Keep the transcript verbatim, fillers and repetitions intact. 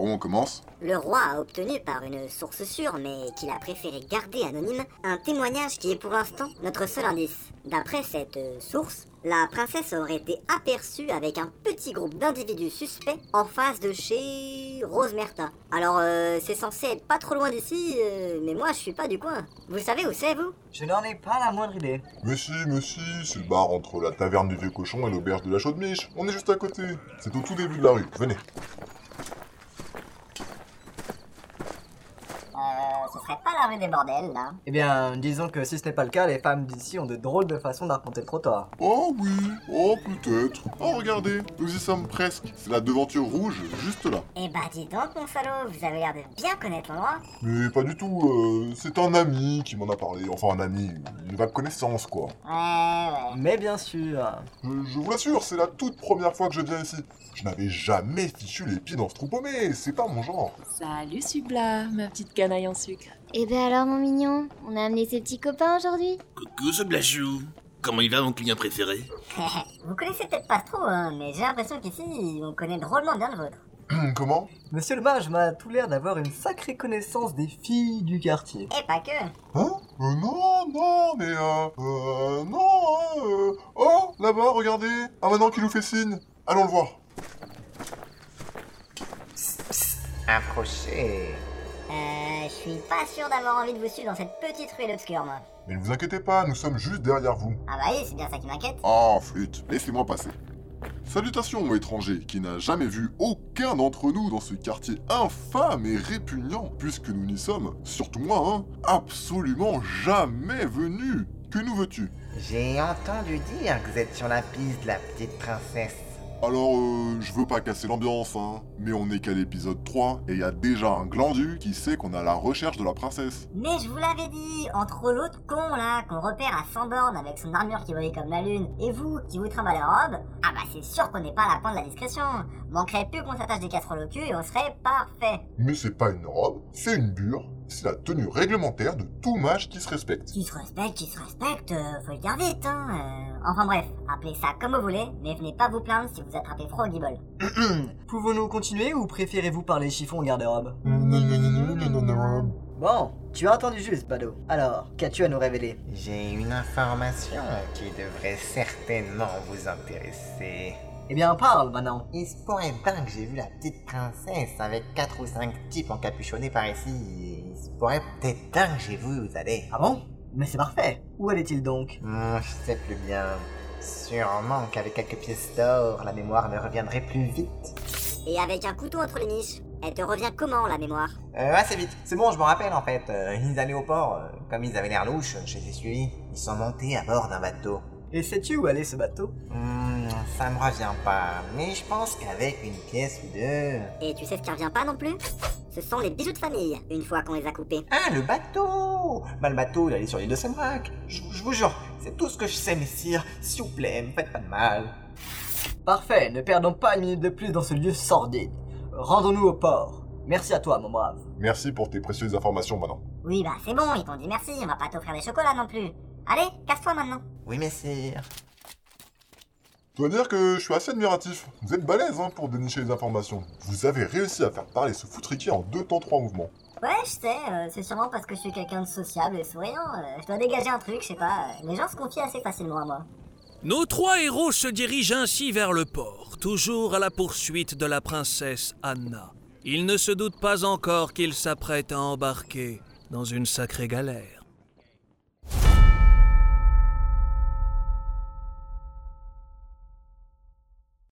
où on commence? Le roi a obtenu par une source sûre, mais qu'il a préféré garder anonyme, un témoignage qui est pour l'instant notre seul indice. D'après cette euh, source, la princesse aurait été aperçue avec un petit groupe d'individus suspects en face de chez Rosemerta. Alors euh, c'est censé être pas trop loin d'ici, euh, mais moi je suis pas du coin. Vous savez où c'est, vous? Je n'en ai pas la moindre idée. Mais si, mais si, c'est le bar entre la taverne du Vieux Cochon et l'auberge de la Chaude Miche. On est juste à côté. C'est au tout début de la rue. Venez. Euh, ce serait pas la rue des bordels, là? Eh bien, disons que si ce n'est pas le cas, les femmes d'ici ont de drôles de façons d'arpenter le trottoir. Oh oui, oh peut-être. Oh regardez, nous y sommes presque. C'est la devanture rouge, juste là. Eh bah dis donc, mon salaud, vous avez l'air de bien connaître l'endroit. Mais pas du tout, euh, c'est un ami qui m'en a parlé. Enfin un ami, une vague connaissance quoi. Ouais, ouais. Mais bien sûr. Je, je vous l'assure, c'est la toute première fois que je viens ici. Je n'avais jamais fichu les pieds dans ce trou paumé, c'est pas mon genre. Salut Subla, ma petite canaille en sucre. Eh ben alors mon mignon, on a amené ses petits copains aujourd'hui? Coucou ce Blachou. Comment il va mon client préféré? Vous connaissez peut-être pas trop, hein, mais j'ai l'impression qu'ici, on connaît drôlement bien le vôtre. Comment? Monsieur le mage m'a tout l'air d'avoir une sacrée connaissance des filles du quartier. Et pas que. Hein? Euh, non, non, mais euh... Euh... Non, hein, euh... Oh, là-bas, regardez. Un maintenant qui nous fait signe. Allons le voir. Approchez. Euh, je suis pas sûr d'avoir envie de vous suivre dans cette petite ruelle obscure, moi. Mais ne vous inquiétez pas, nous sommes juste derrière vous. Ah bah oui, c'est bien ça qui m'inquiète. Oh, flûte, laissez-moi passer. Salutations, étranger, qui n'a jamais vu aucun d'entre nous dans ce quartier infâme et répugnant, puisque nous n'y sommes, surtout moi, hein, absolument jamais venus. Que nous veux-tu? J'ai entendu dire que vous êtes sur la piste de la petite princesse. Alors, euh, je veux pas casser l'ambiance, hein, mais on est qu'à l'épisode trois, et il y a déjà un glandu qui sait qu'on est à la recherche de la princesse. Mais je vous l'avais dit, entre l'autre con là, qu'on repère à cent bornes avec son armure qui brille comme la lune, et vous, qui vous trimballez en robe, ah bah c'est sûr qu'on n'est pas à la pointe de la discrétion. Manquerait plus qu'on s'attache des casseroles au cul et on serait parfait. Mais c'est pas une robe, c'est une bure, c'est la tenue réglementaire de tout mage qui se respecte. Qui se respecte, qui se respecte, euh, faut le dire vite, hein. Euh... Enfin bref, appelez ça comme vous voulez, mais venez pas vous plaindre si vous attrapez froid au guibole. Pouvons-nous continuer ou préférez-vous parler chiffon au garde-robe? Bon, Bon, tu as entendu juste, Bado. Alors, qu'as-tu à nous révéler? J'ai une information qui devrait certainement vous intéresser. Eh bien, parle maintenant. Il se pourrait bien que j'ai vu la petite princesse avec quatre ou cinq types encapuchonnés par ici. Il se pourrait peut-être bien que j'ai vu où vous allez. Ah bon? Mais c'est parfait. Où allait-il donc? Hmm, je sais plus bien. Sûrement qu'avec quelques pièces d'or, la mémoire me reviendrait plus vite. Et avec un couteau entre les niches, elle te revient comment la mémoire? Euh, assez vite. C'est bon, je me rappelle en fait. Euh, ils allaient au port. Euh, comme ils avaient l'air louches, je les ai suivis. Ils sont montés à bord d'un bateau. Et sais-tu où allait ce bateau? Hmm, ça me revient pas. Mais je pense qu'avec une pièce ou deux... Et tu sais ce qui revient pas non plus? Ce sont les bijoux de famille, une fois qu'on les a coupés. Ah, le bateau! Bah, le bateau, il allait sur l'île de Sembrac. Je, je vous jure, c'est tout ce que je sais, messire. S'il vous plaît, me faites pas de mal. Parfait, ne perdons pas une minute de plus dans ce lieu sordide. Rendons-nous au port. Merci à toi, mon brave. merci pour tes précieuses informations, maintenant. Oui bah c'est bon, ils t'ont dit merci, on va pas t'offrir des chocolats non plus. Allez, casse-toi maintenant. Oui, messire. Je dois dire que je suis assez admiratif. Vous êtes balèze hein, pour dénicher les informations. Vous avez réussi à faire parler ce foutriquet en deux temps trois mouvements. Ouais, je sais, euh, c'est sûrement parce que je suis quelqu'un de sociable et souriant. euh, je dois dégager un truc, je sais pas. euh, les gens se confient assez facilement à moi. Nos trois héros se dirigent ainsi vers le port, toujours à la poursuite de la princesse Anna. Ils ne se doutent pas encore qu'ils s'apprêtent à embarquer dans une sacrée galère.